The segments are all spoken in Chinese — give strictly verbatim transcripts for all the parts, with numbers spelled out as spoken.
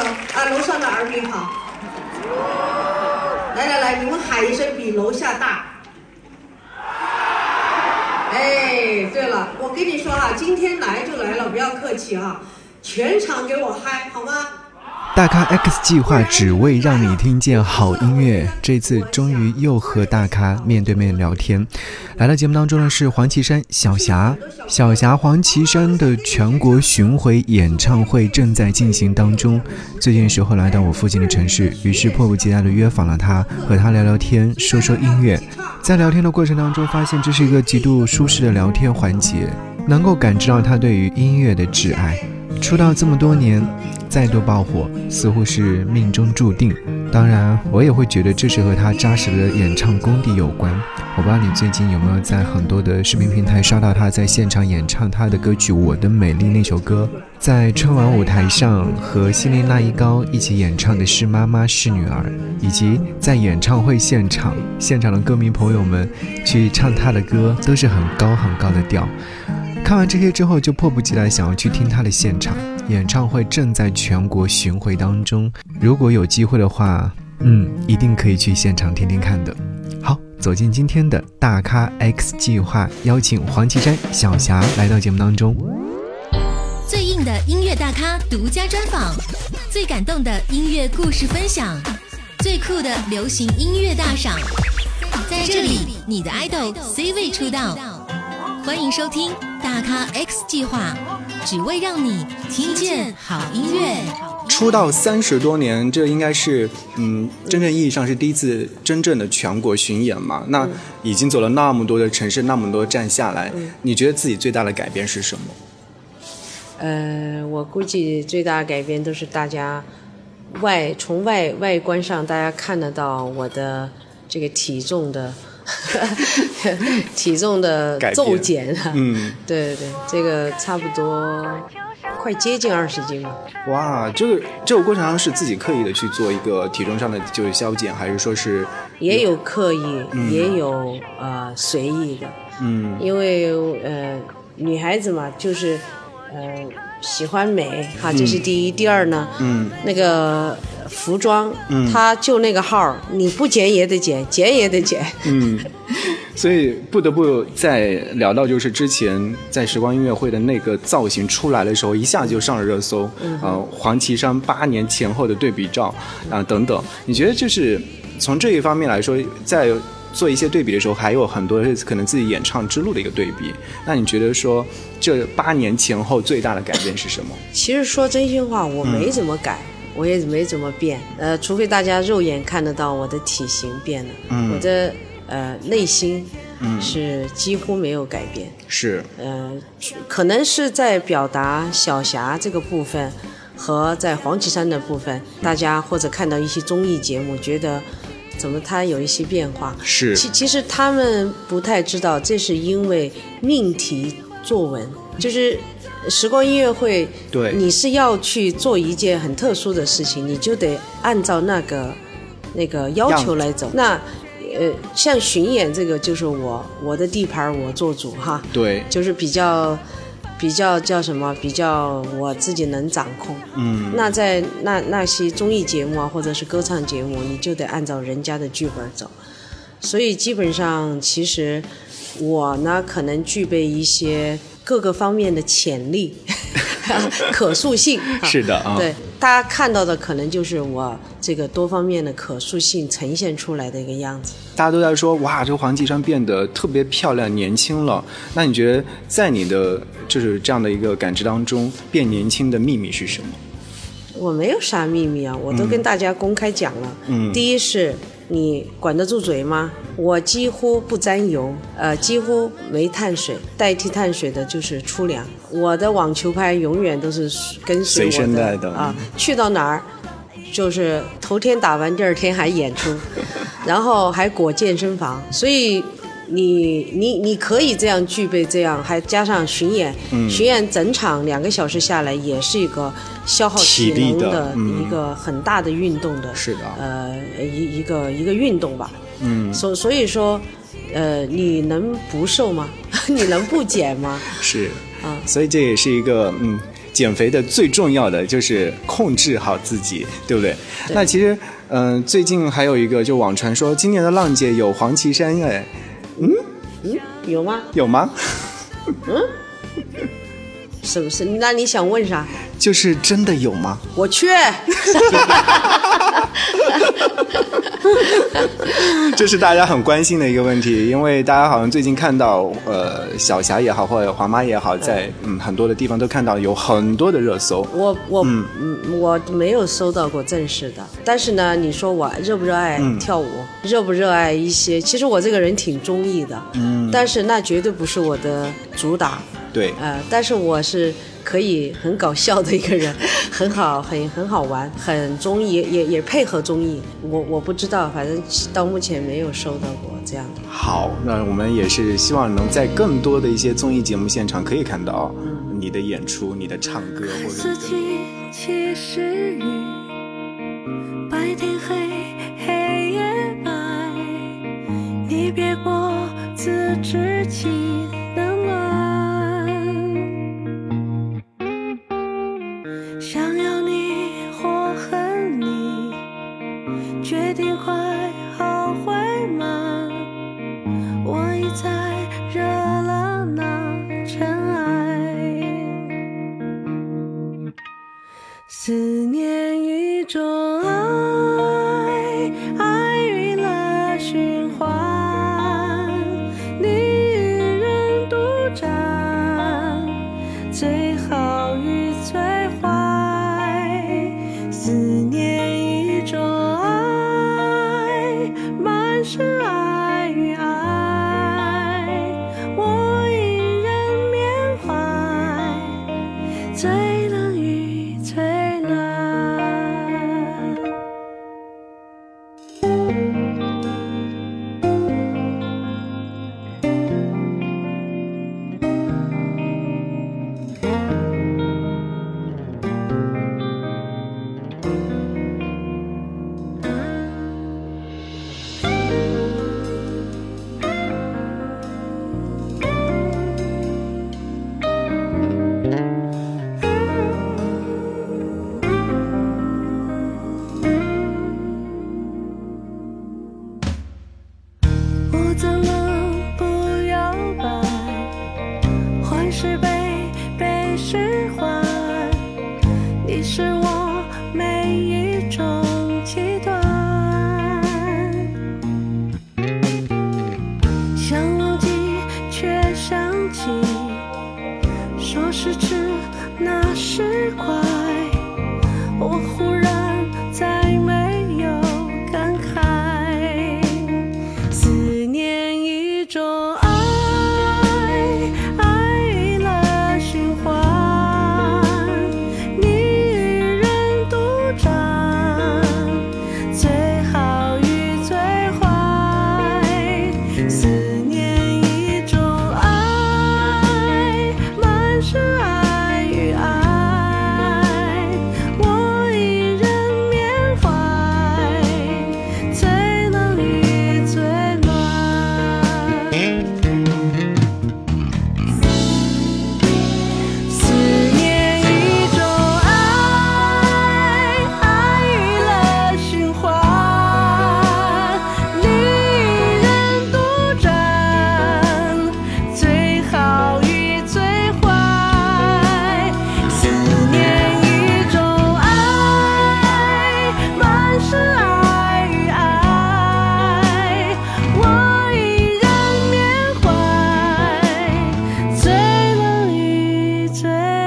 啊，楼上的耳比好。来来来，你们喊一声比楼下大。哎，对了，我跟你说啊，今天来就来了，不要客气啊，全场给我嗨，好吗？ 大咖 X 计划只为让你听见好音乐，这次终于又和大咖面对面聊天。来到节目当中的是黄绮珊、小霞。小霞黄绮珊的全国巡回演唱会正在进行当中，最近时候来到我附近的城市，于是迫不及待地约访了她，和她聊聊天，说说音乐。在聊天的过程当中，发现这是一个极度舒适的聊天环节，能够感知到她对于音乐的挚爱。出道这么多年，再度爆火似乎是命中注定，当然我也会觉得这是和他扎实的演唱功底有关。我不知道你最近有没有在很多的视频平台刷到他在现场演唱他的歌曲《我的美丽》那首歌，在春晚舞台上和希林娜依高一起演唱的是妈妈是女儿，以及在演唱会现场现场的歌迷朋友们去唱他的歌都是很高很高的调。看完这些之后，就迫不及待想要去听他的现场。演唱会正在全国巡回当中，如果有机会的话，嗯，一定可以去现场听听看的。好，走进今天的大咖 X 计划，邀请黄绮珊、小霞来到节目当中。 最硬的音乐大咖独家专访，最感动的音乐故事分享，最酷的流行音乐大赏，在这里，你的 idol C 位出道。欢迎收听大咖 X 计划，只为让你听见好音乐。 出道三十多年，这应该是嗯，真正意义上是第一次真正的全国巡演嘛。那已经走了那么多的城市，那么多站下来，嗯、你觉得自己最大的改变是什么？ 呃，我估计最大的改变都是大家外从外外观上，大家看得到我的这个体重的。体重的骤减， 嗯， 对对对，这个差不多快接近二十斤了。 哇，这个这个过程上是自己刻意的去做一个体重上的就是消减，还是说是也有刻意，嗯、也有呃随意的， 嗯， 因为呃女孩子嘛，就是呃喜欢美哈，这是第一。嗯、第二呢， 嗯， 那个。服装，嗯，它就那个号，你不减也得减，减也得减。 嗯，所以不得不再聊到，就是之前在时光音乐会的那个造型出来的时候，一下就上了热搜。嗯、呃，黄绮珊八年前后的对比照啊、呃、等等，你觉得就是从这一方面来说，在做一些对比的时候，还有很多可能自己演唱之路的一个对比。那你觉得说这八年前后最大的改变是什么？ 其实说真心话，我没怎么改。嗯，我也没怎么变，呃，除非大家肉眼看得到我的体型变了，嗯、我的呃内心是几乎没有改变。 是， 呃，可能是在表达小霞这个部分和在黄绮珊的部分，大家或者看到一些综艺节目，觉得怎么它有一些变化。 是， 其其实他们不太知道，这是因为命题作文，就是时光音乐会， 对， 你是要去做一件很特殊的事情，你就得按照那个那个要求来走。那呃，像巡演这个，就是我我的地盘我做主哈， 对， 就是比较比较叫什么，比较我自己能掌控。 嗯， 那在那那些综艺节目啊，或者是歌唱节目，你就得按照人家的剧本走。所以基本上，其实我呢，可能具备一些各个方面的潜力可塑性。 是的啊， 对，大家看到的可能就是我这个多方面的可塑性呈现出来的一个样子。 大家都在说，哇，这个黄绮珊变得特别漂亮年轻了。那你觉得在你的就是这样的一个感知当中，变年轻的秘密是什么？ 我没有啥秘密啊，我都跟大家公开讲了。 嗯， 第一是你管得住嘴吗？我几乎不沾油，呃，几乎没碳水，代替碳水的就是粗粮。我的网球拍永远都是跟随我的，随身带的啊，去到哪儿就是头天打完，第二天还演出，然后还裹健身房，所以你你你可以这样具备这样，还加上巡演，嗯、巡演整场两个小时下来，也是一个消耗体能的一个很大的运动的， 是的， 呃，一一个一个运动吧， 嗯， 所所以说，呃，你能不瘦吗？你能不减吗？ 是啊，所以这也是一个嗯。 减肥的最重要的就是控制好自己，对不对？对。那其实，嗯、呃，最近还有一个就网传说今年的浪姐有黄绮珊，哎，嗯嗯，有吗？ 有吗？ 嗯，是不是？那你想问啥？ 就是真的有吗？ 我去。 这是大家很关心的一个问题，因为大家好像最近看到，呃，小霞也好，或者黄妈也好，在嗯很多的地方都看到有很多的热搜。 我我嗯我没有收到过正式的，但是呢，你说我热不热爱跳舞，嗯、热不热爱一些？其实我这个人挺综艺的，嗯，但是那绝对不是我的主打。 对， 呃，但是我是可以很搞笑的一个人，很好，很很好玩，很综艺，也也配合综艺。我我不知道，反正到目前没有收到过这样的。 好，那我们也是希望能在更多的一些综艺节目现场可以看到你的演出、你的唱歌，或者四季其实雨，白天黑，黑夜白，你别过自知其冷暖。想要你或恨你，决定快好会慢，我已在热了那尘埃，思念一种爱，爱与了循环，你与人独占，最好与最坏，思念一种爱，满是爱与爱，我隐忍缅怀，最冷与最暖。我怎能不摇摆，换是悲，悲是欢，你是我每一种期待，想忘记却想起，说是痴那是怪，我忽然再没有感慨，思念一种爱，爱与了循环，你与人独占，最好与最坏，思念一种爱，满是爱与爱，我隐忍缅怀，最冷与最暖，思念一种爱，爱与了循环，你与人独占，最好与最坏，思念一种爱，满是爱与爱，我隐忍缅怀，最冷与最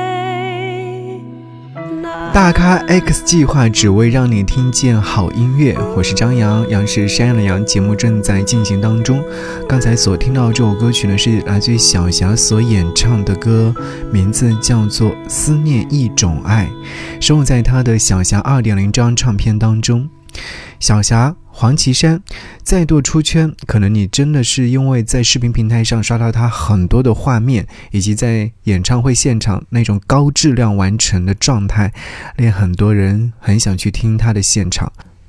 暖。 大咖 X 计划只为让你听见好音乐，我是张扬，杨是山羊的羊，节目正在进行当中。刚才所听到这首歌曲呢，是来自于小霞所演唱的歌，名字叫做《思念一种爱》，收录在她的小霞 二点零 这张唱片当中。小霞黄绮珊再度出圈，可能你真的是因为在视频平台上刷到她很多的画面，以及在演唱会现场那种高质量完成的状态，令很多人很想去听她的现场。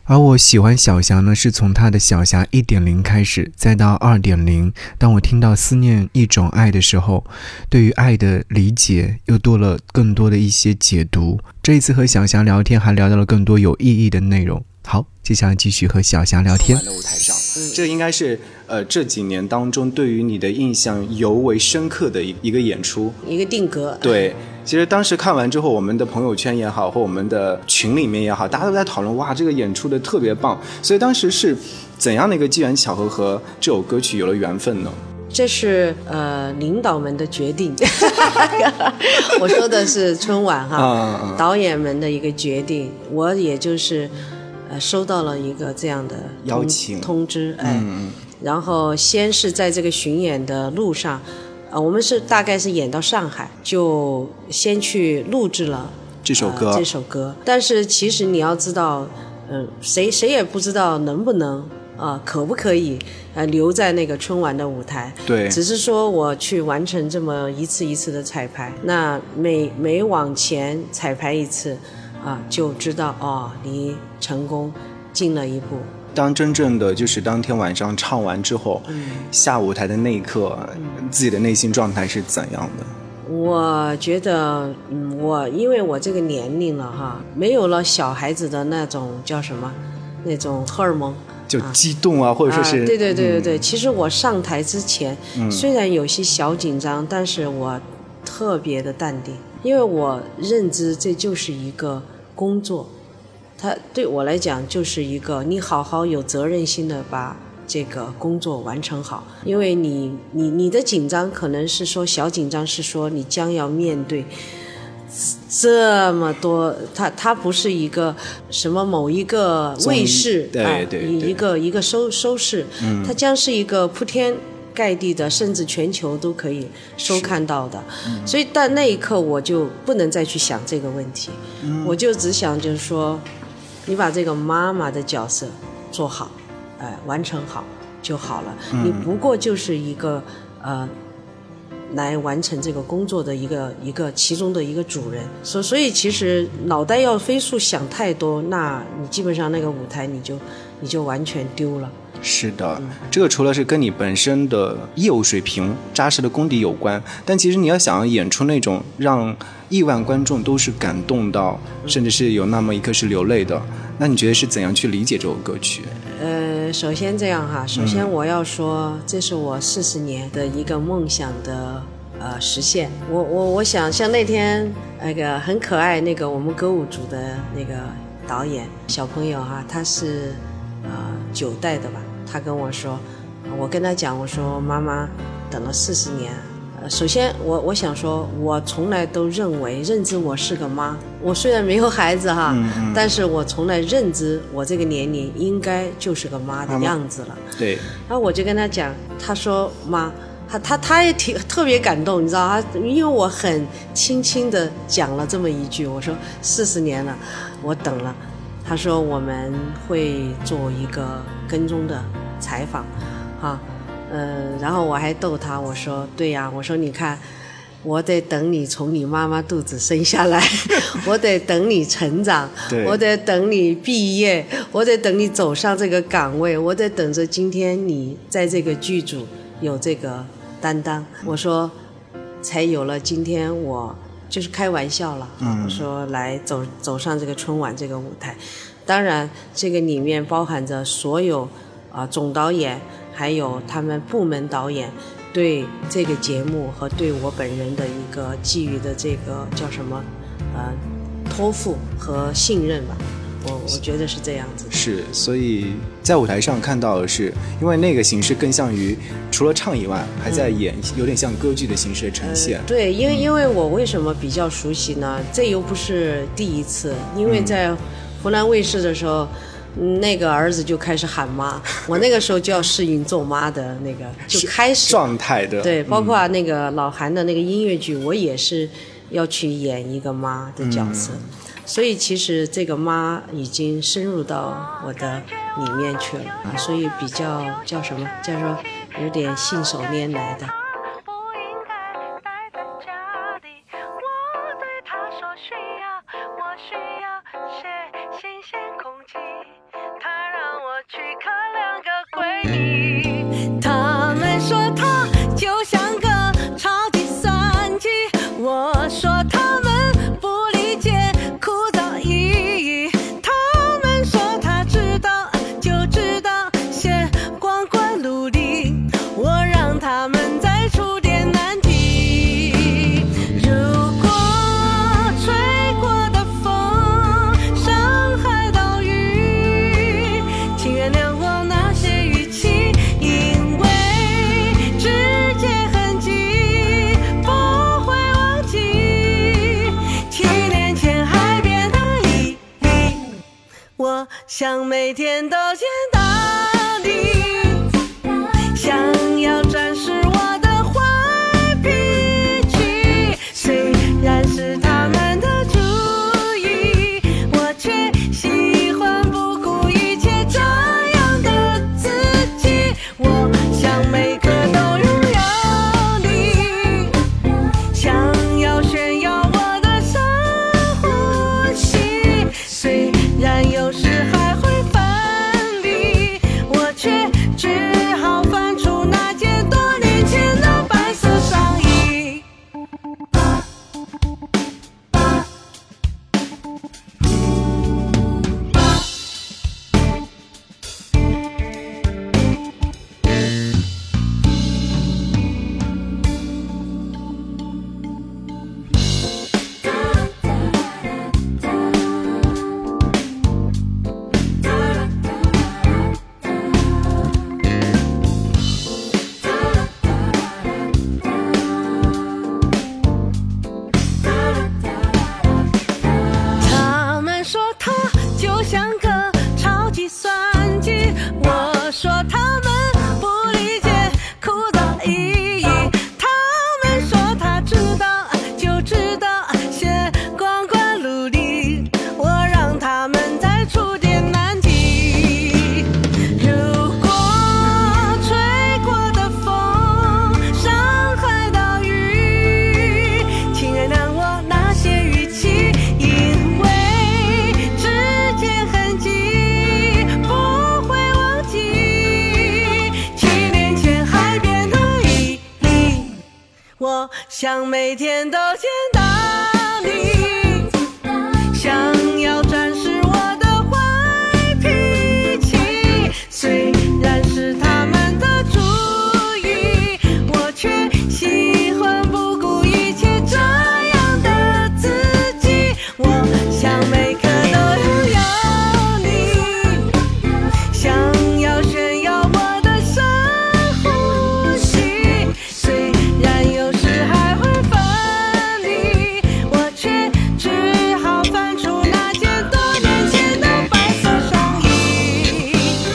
而我喜欢小霞呢，是从她的小霞 一点零 开始，再到 二点零。 当我听到思念一种爱的时候，对于爱的理解又多了更多的一些解读。这一次和小霞聊天，还聊到了更多有意义的内容。好，接下来继续和小霞聊天。 的舞台上，这应该是呃这几年当中对于你的印象尤为深刻的一一个演出， 一个定格。 对，其实当时看完之后，我们的朋友圈也好，或我们的群里面也好，大家都在讨论，哇，这个演出的特别棒。所以当时是怎样的一个机缘巧合和这首歌曲有了缘分呢？ 这是呃领导们的决定，我说的是春晚哈、 啊啊、 导演们的一个决定，我也就是呃收到了一个这样的邀请通知，哎， 嗯、 然后先是在这个巡演的路上，呃，我们是大概是演到上海，就先去录制了这首歌、 呃、这首歌，但是其实你要知道，嗯、呃，谁谁也不知道能不能啊、呃，可不可以呃留在那个春晚的舞台？ 对， 只是说我去完成这么一次一次的彩排，那每每往前彩排一次啊，就知道哦，离成功近了一步。 当真正的就是当天晚上唱完之后，嗯、下舞台的那一刻、嗯，自己的内心状态是怎样的？ 我觉得，嗯，我因为我这个年龄了哈，没有了小孩子的那种叫什么，那种荷尔蒙。 就激动啊，啊或者说是、 啊、对对对对对、嗯、其实我上台之前、嗯、虽然有些小紧张，但是我特别的淡定，因为我认知这就是一个工作，它对我来讲就是一个你好好有责任心的把这个工作完成好。因为你你你的紧张可能是说小紧张，是说你将要面对这么多，它它不是一个什么某一个卫视， 对对对、呃、 一个一个收收视、嗯，它将是一个铺天盖地的，甚至全球都可以收看到的。嗯、所以但那一刻我就不能再去想这个问题，嗯、我就只想就是说，你把这个妈妈的角色做好，呃，完成好就好了。嗯、你不过就是一个呃。来完成这个工作的一个一个其中的一个主人，所所以其实脑袋要飞速想太多，那你基本上那个舞台你就你就完全丢了。 是的、嗯、这个除了是跟你本身的业务水平扎实的功底有关，但其实你要想要演出那种让亿万观众都是感动到、嗯、甚至是有那么一刻是流泪的，那你觉得是怎样去理解这首歌曲？ 呃，首先这样哈，首先我要说、嗯、这是我四十年的一个梦想的呃实现。我我我想像那天那个很可爱那个我们歌舞组的那个导演小朋友哈，他是呃九代的吧，他跟我说，我跟他讲，我说妈妈等了四十年。呃，首先我我想说，我从来都认为认知我是个妈，我虽然没有孩子哈，嗯嗯但是我从来认知我这个年龄应该就是个妈的样子了。 妈妈对。 然后我就跟他讲，他说妈，他他他也挺特别感动，你知道，他因为我很轻轻的讲了这么一句，我说四十年了，我等了。他说我们会做一个跟踪的采访，哈。呃，然后我还逗他，我说对呀，我说你看，我得等你从你妈妈肚子生下来，我得等你成长，我得等你毕业，我得等你走上这个岗位，我得等着今天你在这个剧组有这个担当。我说才有了今天，我就是开玩笑了，嗯、我说来走走上这个春晚这个舞台。当然这个里面包含着所有啊、呃、总导演还有他们部门导演对这个节目和对我本人的一个寄予的这个叫什么呃托付和信任吧，我我觉得是这样子。 是，所以在舞台上看到的是，因为那个形式更像于除了唱以外还在演、嗯、有点像歌剧的形式的呈现、 呃、对，因为、嗯、因为我为什么比较熟悉呢，这又不是第一次，因为在湖南卫视的时候、嗯、那个儿子就开始喊妈，我那个时候就要适应做妈的那个就开始状态的， 对，包括那个老韩的那个音乐剧、嗯、我也是要去演一个妈的角色、嗯、所以其实这个妈已经深入到我的里面去了啊，所以比较叫什么叫做有点信手拈来的。 需要，我需要些新鲜空气。 去看两个闺蜜，他们说她就像个超级算计，我说他们不理解枯燥意义，他们说他知道就知道些光怪陆离，我让他们再出点难题。如果吹过的风伤害到雨，请原谅我那些语气，因为指尖痕迹不会忘记七年前海边的意义，我想每天都见到你，想要展示我的坏脾气，虽然是他们的主意，我却喜欢不顾一切这样的自己，我想每个都拥有你，想要炫耀我的深呼吸，虽然有时还会分离，我却只好翻出那件多年前的白色上衣。他们说他就像个超级算计，我说他们不理解枯燥意义，他们说他知道就知道些光怪陆离，我让他们再出点难题。如果吹过的风伤害到雨，请原谅我那些语气，因为指尖痕迹不会忘记七年前海边的意义，我想每天都见到你，想要展示我的坏脾气，虽然是他们的主意，我却喜欢不顾一切这样的自己，我想每刻都拥有你，想要炫耀我的深呼吸，虽然有时还会分离，我却只好翻出那件多年前的白色上衣。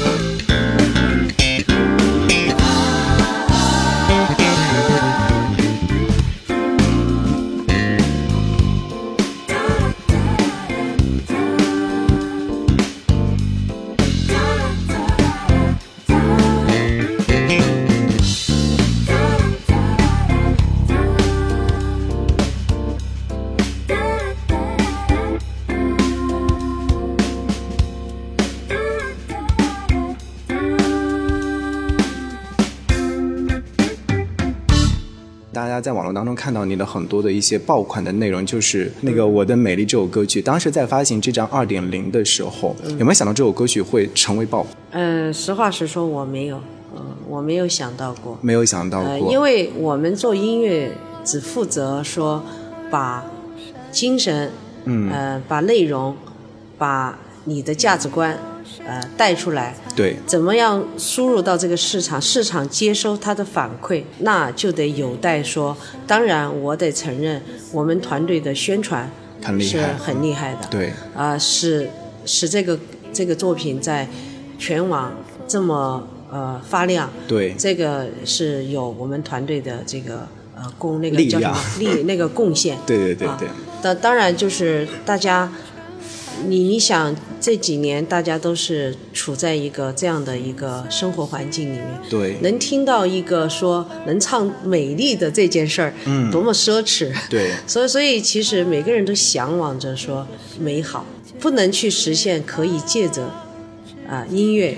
大家在网络当中看到你的很多的一些爆款的内容，就是那个《我的美丽》这首歌曲，当时在发行这张二点零的时候，有没有想到这首歌曲会成为爆？ 嗯，实话实说，我没有，呃，我没有想到过， 没有想到过， 呃，因为我们做音乐只负责说把精神， 嗯， 呃，把内容，把你的价值观，呃，带出来。 对， 怎么样输入到这个市场，市场接收它的反馈，那就得有待说。当然，我得承认，我们团队的宣传很厉害， 是很厉害的。 对， 啊、呃，使使这个这个作品在全网这么呃发亮。 对， 这个是有我们团队的这个呃贡那个叫什么力那个贡献。 对对对对。 当、啊、当然就是大家。你你想这几年大家都是处在一个这样的一个生活环境里面， 对， 能听到一个说能唱美丽的这件事儿，嗯，多么奢侈， 对， 所以所以其实每个人都向往着说美好，不能去实现，可以借着啊、呃、音乐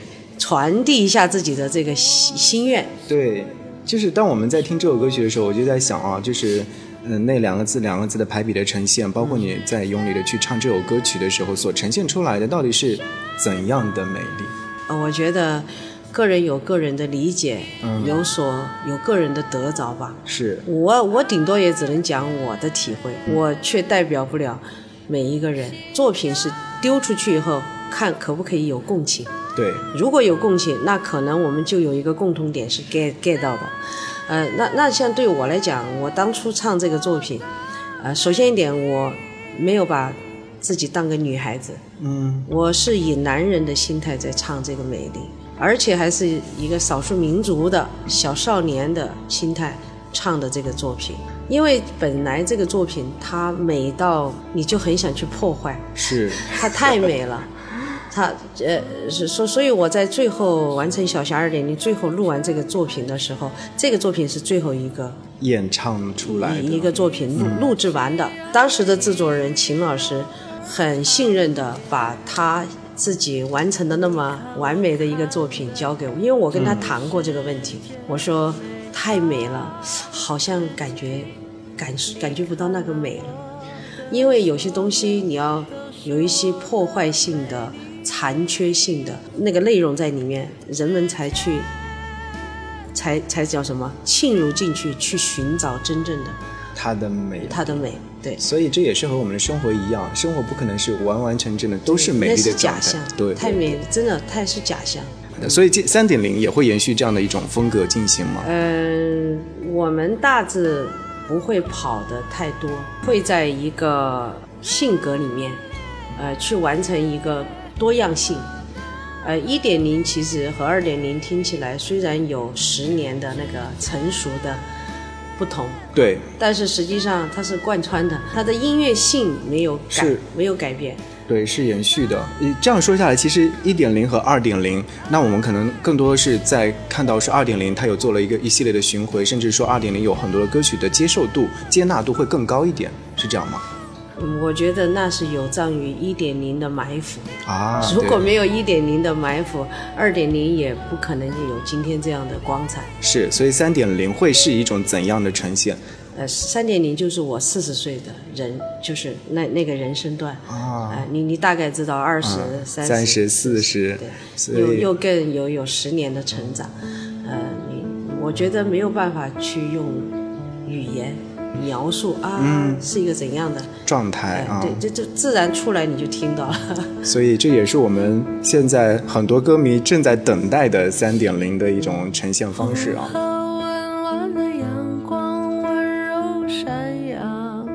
传递一下自己的这个心心愿。 对，就是当我们在听这首歌曲的时候，我就在想啊，就是嗯、呃，那两个字两个字的排比的呈现，包括你在用力的去唱这首歌曲的时候，所呈现出来的到底是怎样的美丽？ 我觉得个人有个人的理解， 嗯、 有所有个人的得着吧。 是我我顶多也只能讲我的体会，我却代表不了每一个人。作品是丢出去以后，看可不可以有共情。 对， 如果有共情，那可能我们就有一个共同点是 get get 到的。呃，那那像对我来讲，我当初唱这个作品，呃，首先一点，我没有把自己当个女孩子， 嗯， 我是以男人的心态在唱这个美丽，而且还是一个少数民族的小少年的心态唱的这个作品。因为本来这个作品它美到你就很想去破坏， 是它太美了。他呃，所所以我在最后完成小霞二点零，最后录完这个作品的时候，这个作品是最后一个演唱出来的一个作品录、嗯、录制完的。当时的制作人秦老师很信任的把他自己完成的那么完美的一个作品交给我，因为我跟他谈过这个问题，嗯、我说太美了，好像感觉感感觉不到那个美了，因为有些东西你要有一些破坏性的。残缺性的那个内容在里面，人们才去才才叫什么沁入进去，去寻找真正的它的美， 它的美。对， 所以这也是和我们的生活一样，生活不可能是完完全全的都是美丽的状态， 那是假象。 对， 太美了，真的太是假象。 所以这 三点零 也会延续这样的一种风格进行吗？ 嗯、呃，我们大致不会跑得太多，会在一个性格里面呃去完成一个多样性。呃 一点零 其实和 二点零 听起来虽然有十年的那个成熟的不同， 对， 但是实际上它是贯穿的，它的音乐性没有改，没有改变， 对，是延续的。这样说下来，其实 一点零 和 二点零， 那我们可能更多是在看到是 二点零 它有做了一个一系列的巡回，甚至说 二点零 有很多的歌曲的接受度接纳度会更高一点，是这样吗？ 嗯，我觉得那是有仗于 一点零 的埋伏啊， 如果没有 一点零 的埋伏 二点零 也不可能有今天这样的光彩。 是，所以 三点零 会是一种怎样的呈现？ 呃 三点零 就是我四十岁的人，就是那那个人生段啊、呃，你你大概知道二十、三十、 三十、四十， 对，又又更有有十年的成长。呃，你我觉得没有办法去用语言描述啊、嗯，是一个怎样的状态啊、 呃？对，这这自然出来你就听到了。 所以这也是我们现在很多歌迷正在等待的 三点零 的一种呈现方式啊。 温暖的阳光温柔闪耀，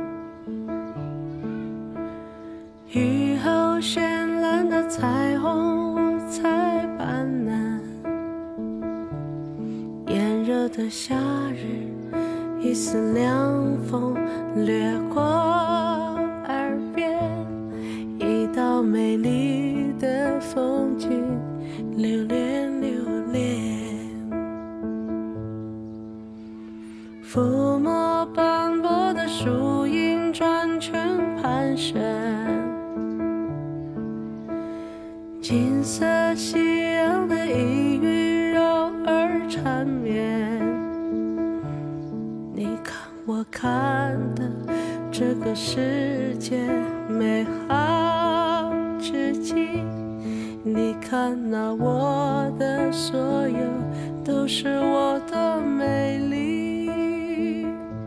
雨后绚烂的彩虹五彩斑斓，炎热的夏日一丝凉风掠过耳边，一道美丽的风景留恋留恋，抚摸斑驳的树影转圈盘旋，金色夕阳的一语柔而缠绵，你看我看的这个世界美好至极，你看那我的所有都是我的美丽，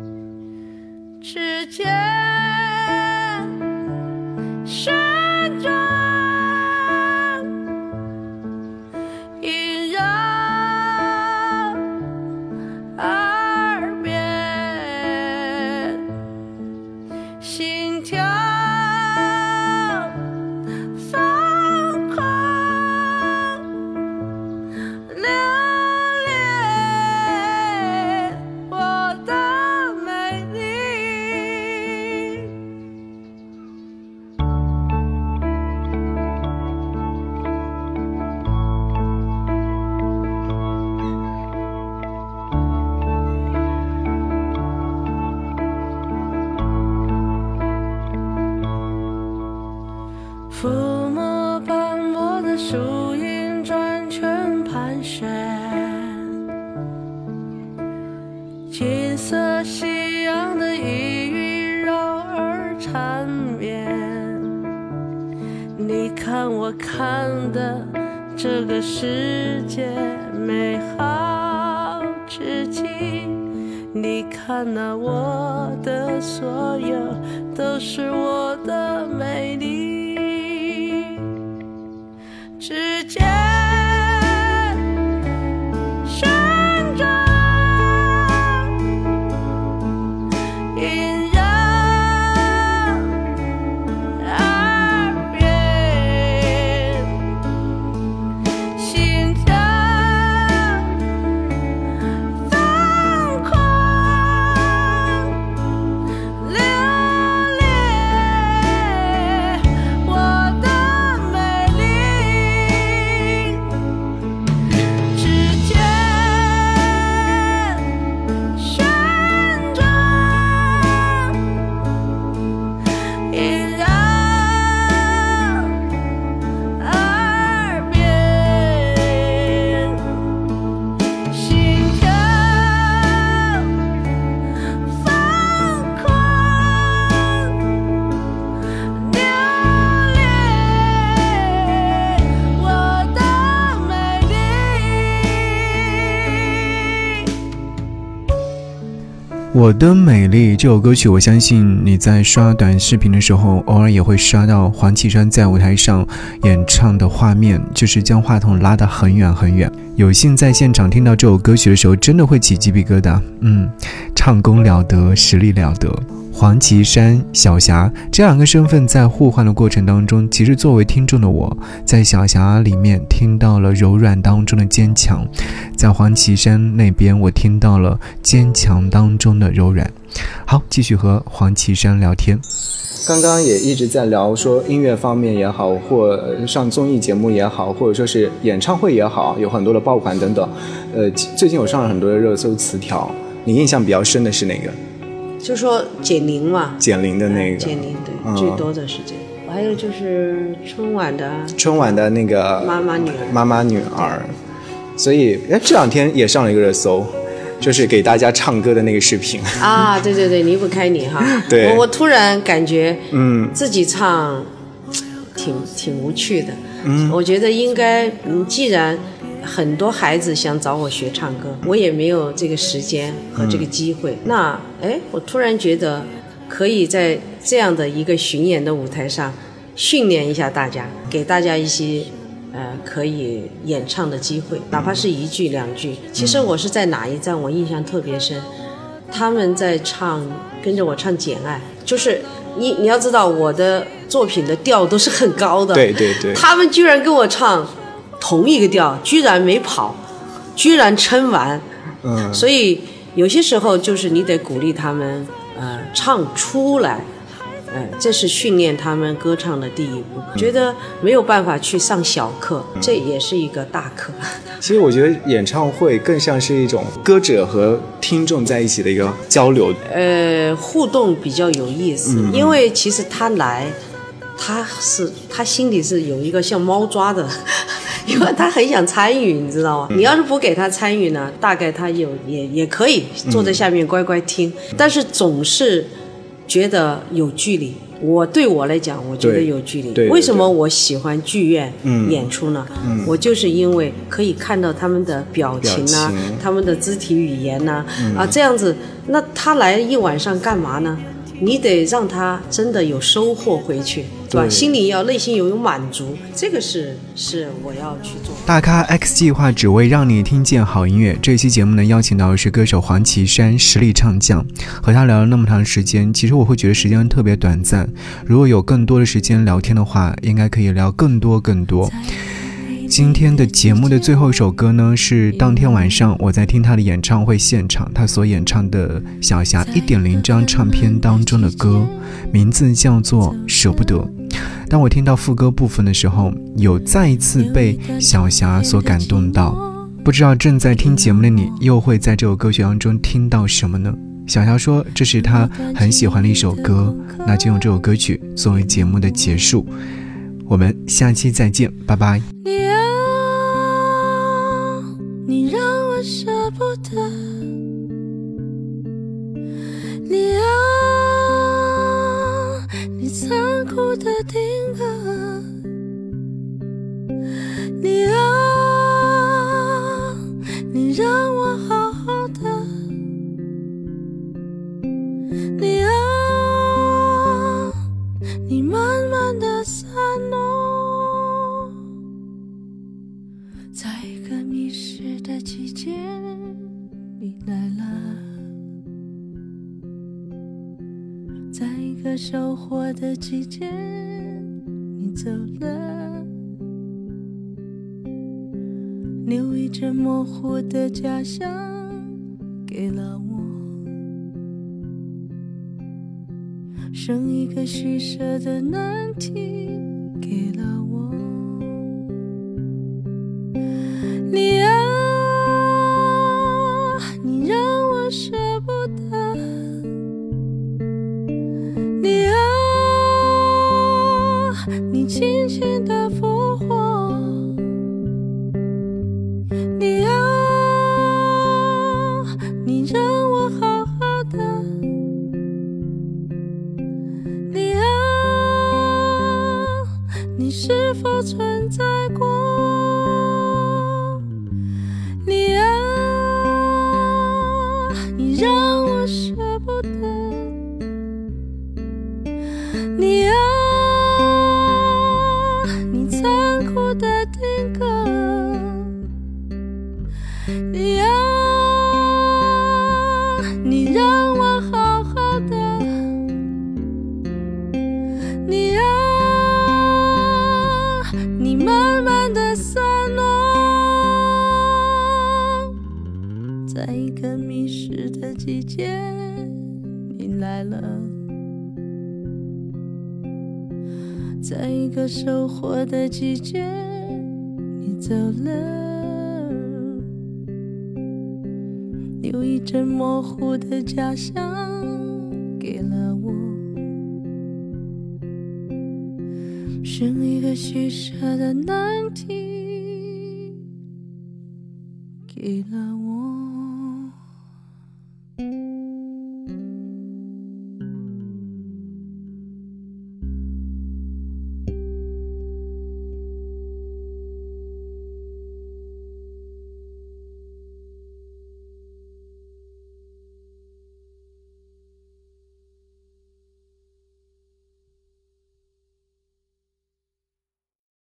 指尖旋转萦绕耳边，心跳疯狂留恋我的美丽。抚摸斑驳的树影转圈我看的这个世界美好至极。你看啊，我的所有都是我的美丽，指尖旋转萦绕耳边，心跳疯狂流连，我的美丽，指尖旋转萦绕耳边，心跳疯狂流连，我的美丽。 我的美丽这首歌曲，我相信你在刷短视频的时候，偶尔也会刷到黄绮珊在舞台上演唱的画面，就是将话筒拉得很远很远。有幸在现场听到这首歌曲的时候，真的会起鸡皮疙瘩。嗯，唱功了得，实力了得。黄绮珊、小霞这两个身份在互换的过程当中，其实作为听众的我，在小霞里面听到了柔软当中的坚强，在黄绮珊那边我听到了坚强当中的柔软。好，继续和黄绮珊聊天。 刚刚也一直在聊说音乐方面也好，或上综艺节目也好，或者说是演唱会也好，有很多的爆款等等。呃，最近有上了很多的热搜词条，你印象比较深的是哪个？ 就说减龄嘛， 减龄的那个， 减龄对、 嗯最多的时间。还有就是春晚的春晚的那个妈妈女儿， 妈妈女儿，所以哎，这两天也上了一个热搜，就是给大家唱歌的那个视频。 啊，对对对，离不开你哈。 对我我突然感觉， 嗯， 自己唱挺挺无趣的。嗯，我觉得应该，嗯，既然很多孩子想找我学唱歌，我也没有这个时间和这个机会。嗯、那哎，我突然觉得可以在这样的一个巡演的舞台上训练一下大家，给大家一些呃可以演唱的机会，哪怕是一句两句。其实我是在哪一站我印象特别深，他们在唱，跟着我唱《简爱》，就是你你要知道我的作品的调都是很高的， 对对对， 他们居然跟我唱同一个调，居然没跑，居然撑完， 嗯， 所以有些时候就是你得鼓励他们，呃，唱出来。呃，这是训练他们歌唱的第一步。嗯、觉得没有办法去上小课，嗯、这也是一个大课。 其实我觉得演唱会更像是一种歌者和听众在一起的一个交流， 呃，互动比较有意思，嗯、因为其实他来，他是他心里是有一个像猫抓的。因为他很想参与，你知道吗？嗯、你要是不给他参与呢，大概他有也也可以坐在下面乖乖听，嗯、但是总是觉得有距离。我对我来讲，我觉得有距离。 对对对， 为什么我喜欢剧院演出呢？ 嗯、 我就是因为可以看到他们的表情啊， 表情他们的肢体语言呐、啊， 嗯、 啊，这样子，那他来一晚上干嘛呢？你得让他真的有收获回去，对吧？心里要内心有有满足，这个是是我要去做。 大咖 X 计划只为让你听见好音乐。这期节目呢，邀请到的是歌手黄绮珊，实力唱将。和他聊了那么长时间，其实我会觉得时间特别短暂。如果有更多的时间聊天的话，应该可以聊更多更多。今天的节目的最后一首歌呢，是当天晚上我在听他的演唱会现场，他所演唱的小霞 一点零 张唱片当中的歌，名字叫做舍不得。当我听到副歌部分的时候，有再一次被小霞所感动到。不知道正在听节目的你，又会在这首歌曲当中听到什么呢？小霞说这是她很喜欢的一首歌，那就用这首歌曲作为节目的结束。我们下期再见，拜拜。 你啊，你让我舍不得，你啊，你残酷的定格， 你啊，你让我好好的，你啊，你慢慢的散落，在一个迷失的季节，你来了，在一个收获的季节，你走了，留一阵模糊的假象给了我，剩一个取舍的难题给了我。你啊，你让我舍不得，你啊，你轻轻地复活，你啊，你让我好好的，你啊，你是否存在过？你啊，你让我舍不得，你啊，你残酷的定格，你啊，你让我好好的，你啊，你慢慢的散落，在一个迷失的季节，你来了，在一个收获的季节，你走了，留一阵模糊的假象给了我，剩一个取舍的难题给了我。